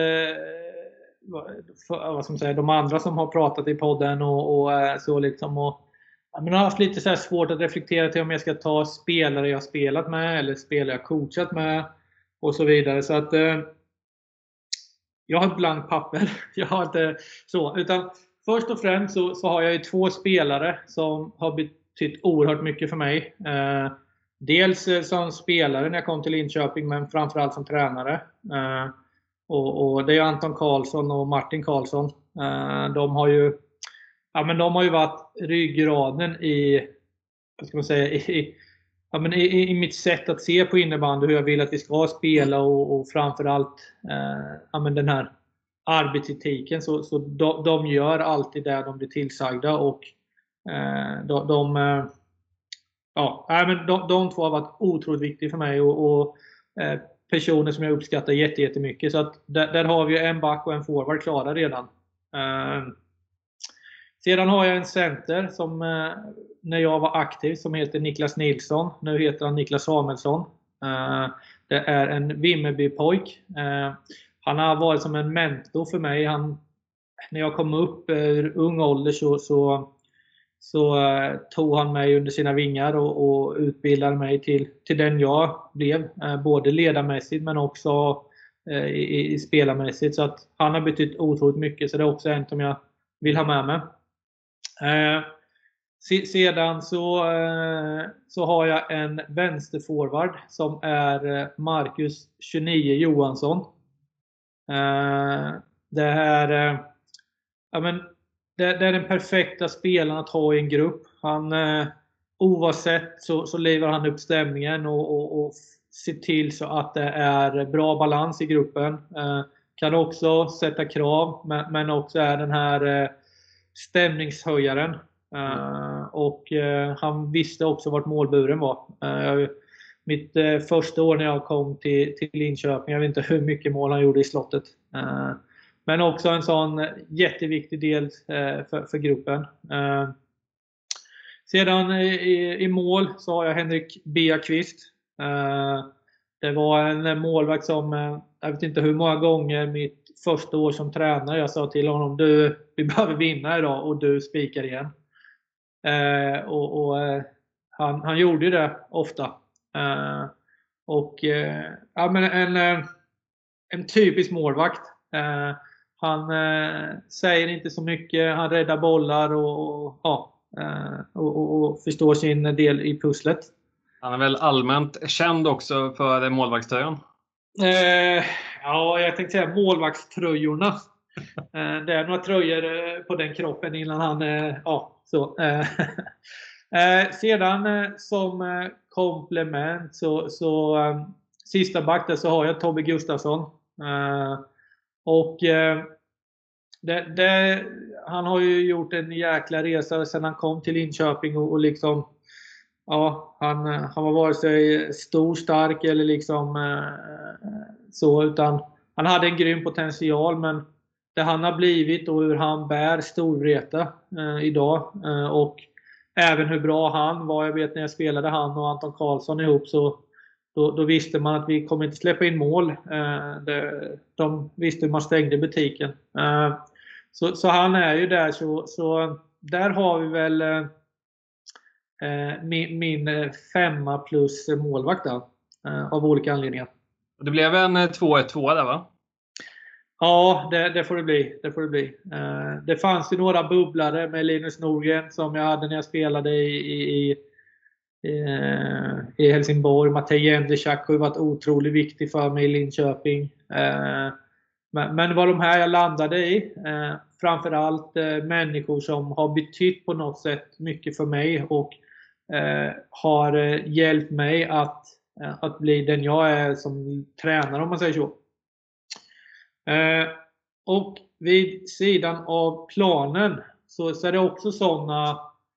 för, vad ska man säga, de andra som har pratat i podden och, och så liksom, och jag har haft lite så här svårt att reflektera till om jag ska ta spelare jag spelat med eller spelare jag coachat med och så vidare, så att eh, jag har ett blankt papper. Jag har inte så, utan först och främst så, så har jag ju två spelare som har betytt oerhört mycket för mig. Eh, dels som spelare när jag kom till Linköping, men framförallt som tränare. Eh, och, och det är Anton Karlsson och Martin Karlsson. Eh, de har ju, ja, men de har ju varit ryggraden i, vad ska man säga, i, ja, men i, i mitt sätt att se på innebandy, hur jag vill att vi ska spela, och, och framförallt eh, ja, men den här arbetsetiken, så, så de, de gör alltid det de blir tillsagda, och eh, de, de, ja, men de, de två har varit otroligt viktiga för mig, och, och eh, personer som jag uppskattar jättemycket, så att där, där har vi en back och en forward klara redan. Eh, Sedan har jag en center som eh, när jag var aktiv, som heter Niklas Nilsson. Nu heter han Niklas Samuelsson. Eh, det är en Vimmerby-pojk. Eh, han har varit som en mentor för mig. Han, när jag kom upp ur ung ålder så, så, så uh, tog han mig under sina vingar och, och utbildade mig till, till den jag blev. Uh, både ledarmässigt men också uh, i, i spelarmässigt. Så att han har betytt otroligt mycket. Så det är också en som jag vill ha med mig. Uh, Sedan så, så har jag en vänsterforward som är Marcus tjugonio Johansson. Det här, ja men, det, det är den perfekta spelaren att ha i en grupp. Han, oavsett så, så lever han upp stämningen och, och, och ser till så att det är bra balans i gruppen. Kan också sätta krav, men, men också är den här stämningshöjaren. Uh, och uh, han visste också vart målburen var. Uh, mitt uh, första år när jag kom till, till Linköping, jag vet inte hur mycket mål han gjorde i slottet. Uh, men också en sån jätteviktig del uh, för, för gruppen. Uh, sedan i, i mål så har jag Henrik Beakvist. Uh, det var en målvakt som, uh, jag vet inte hur många gånger mitt första år som tränare jag sa till honom, du, vi behöver vinna idag och du spikar igen. Eh, och, och eh, han, han gjorde det ofta. Eh, och eh, ja, men en, en typisk målvakt. Eh, han eh, säger inte så mycket, han räddar bollar och, och, ja, eh, och, och, och förstår sin del i pusslet. Han är väl allmänt känd också för målvaktströjan? Eh, ja, jag tänkte säga målvaktströjorna. Eh, det är några tröjor på den kroppen innan han, eh, ja, så. Eh, eh, sedan eh, som eh, komplement så, så eh, sista back där så har jag Tobbe Gustafsson. Eh, och eh, det, det, han har ju gjort en jäkla resa sedan han kom till Linköping och, och liksom, ja, han, han var vare sig stor, stark eller liksom eh, så, utan han hade en grym potential, men det han har blivit och hur han bär Storvreta eh, idag eh, och även hur bra han var. Jag vet när jag spelade han och Anton Karlsson ihop, så då, då visste man att vi kommer inte släppa in mål. Eh, det, de visste hur man stängde butiken. Eh, så, så han är ju där, så, så där har vi väl eh, min, min femma plus målvakt där, eh, av olika anledningar. Det blev en två ett två där, va? Ja, det, det får det bli. Det, får det, bli. Uh, det fanns ju några bubblare med Linus Norgren som jag hade när jag spelade i, i, i, uh, i Helsingborg. Matej Jędrzejczak har ju varit otroligt viktig för mig i Linköping. Uh, men, men det var de här jag landade i. Uh, framförallt uh, människor som har betytt på något sätt mycket för mig och uh, har uh, hjälpt mig att, uh, att bli den jag är som tränare, om man säger så. Eh, och vid sidan av planen så, så är det också sådana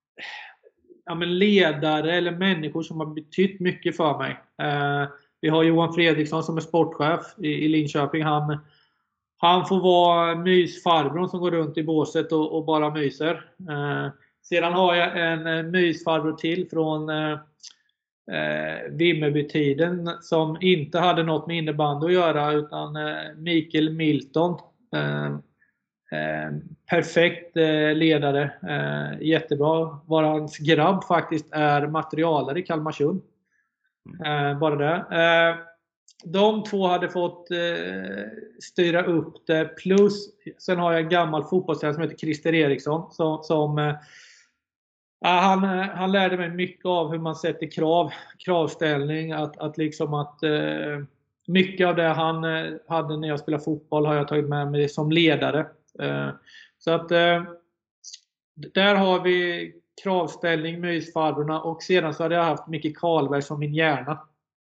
ja, men ledare eller människor som har betytt mycket för mig. Eh, vi har Johan Fredriksson som är sportchef i, i Linköping. Han, han får vara mysfarbrorn som går runt i båset och, och bara myser. Eh, sedan har jag en, en mysfarbror till från eh, Eh, Vimmerbytiden som inte hade något med innebandy att göra, utan eh, Mikael Milton, eh, eh, perfekt eh, ledare, eh, jättebra. Bara hans grabb faktiskt är materialare i Kalmarsund. Eh, bara det. Eh, de två hade fått eh, styra upp det, plus sen har jag en gammal fotbollstränare som heter Christer Eriksson som, som eh, Han, han lärde mig mycket av hur man sätter krav, kravställning, att, att liksom att eh, mycket av det han eh, hade när jag spelade fotboll har jag tagit med mig som ledare. Eh, så att eh, där har vi kravställning, mysfarbrorna, och sedan så hade jag haft Micke Karlberg som min hjärna.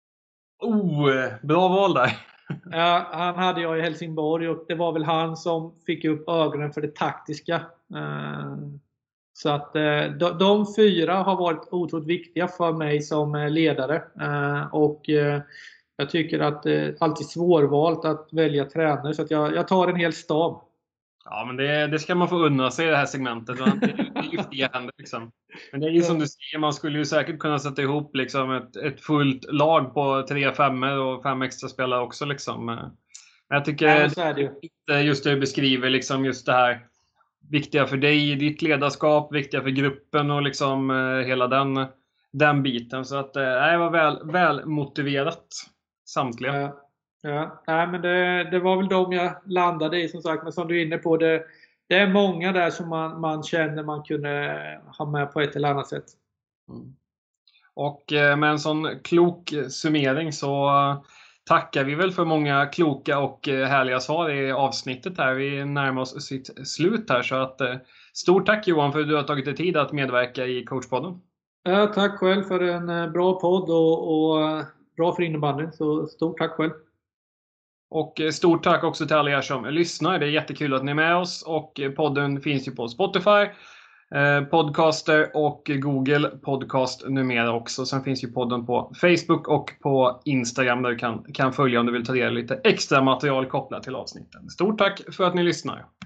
Oh, bra val där. Ja, han hade jag i Helsingborg och det var väl han som fick upp ögonen för det taktiska. Eh, Så att de, de fyra har varit otroligt viktiga för mig som ledare. Och jag tycker att det är alltid svårvalt att välja tränare. Så att jag, jag tar en hel stab. Ja, men det, det ska man få unna sig i det här segmentet. Det är lyftigande, liksom. Men det är ju som du säger, man skulle ju säkert kunna sätta ihop liksom ett, ett fullt lag på tre femmor och fem extra spelare också. Liksom. Jag tycker Nej, så är det ju. just det du beskriver, liksom just det här viktiga för dig, ditt ledarskap, viktiga för gruppen och liksom eh, hela den, den biten. Så att eh, det var väl, väl motiverat samtliga. Ja, ja. Nej, men det, det var väl de jag landade i som sagt. Men som du är inne på, det, det är många där som man, man känner man kunde ha med på ett eller annat sätt. Mm. Och eh, med en sån klok summering så eh, tackar vi väl för många kloka och eh, härliga svar i avsnittet här. Vi närmar oss sitt slut här, så att eh, stort tack Johan för att du har tagit dig tid att medverka i Coachpodden. Ja, tack själv för en eh, bra podd och, och eh, bra för innebandyn. Så stort tack själv. Och eh, stort tack också till alla er som lyssnar. Det är jättekul att ni är med oss. Och eh, podden finns ju på Spotify, eh, Podcaster och Google Podcast numera också. Sen finns ju podden på Facebook och på Instagram där du kan, kan följa om du vill ta del av lite extra material kopplat till avsnitten. Stort tack för att ni lyssnar.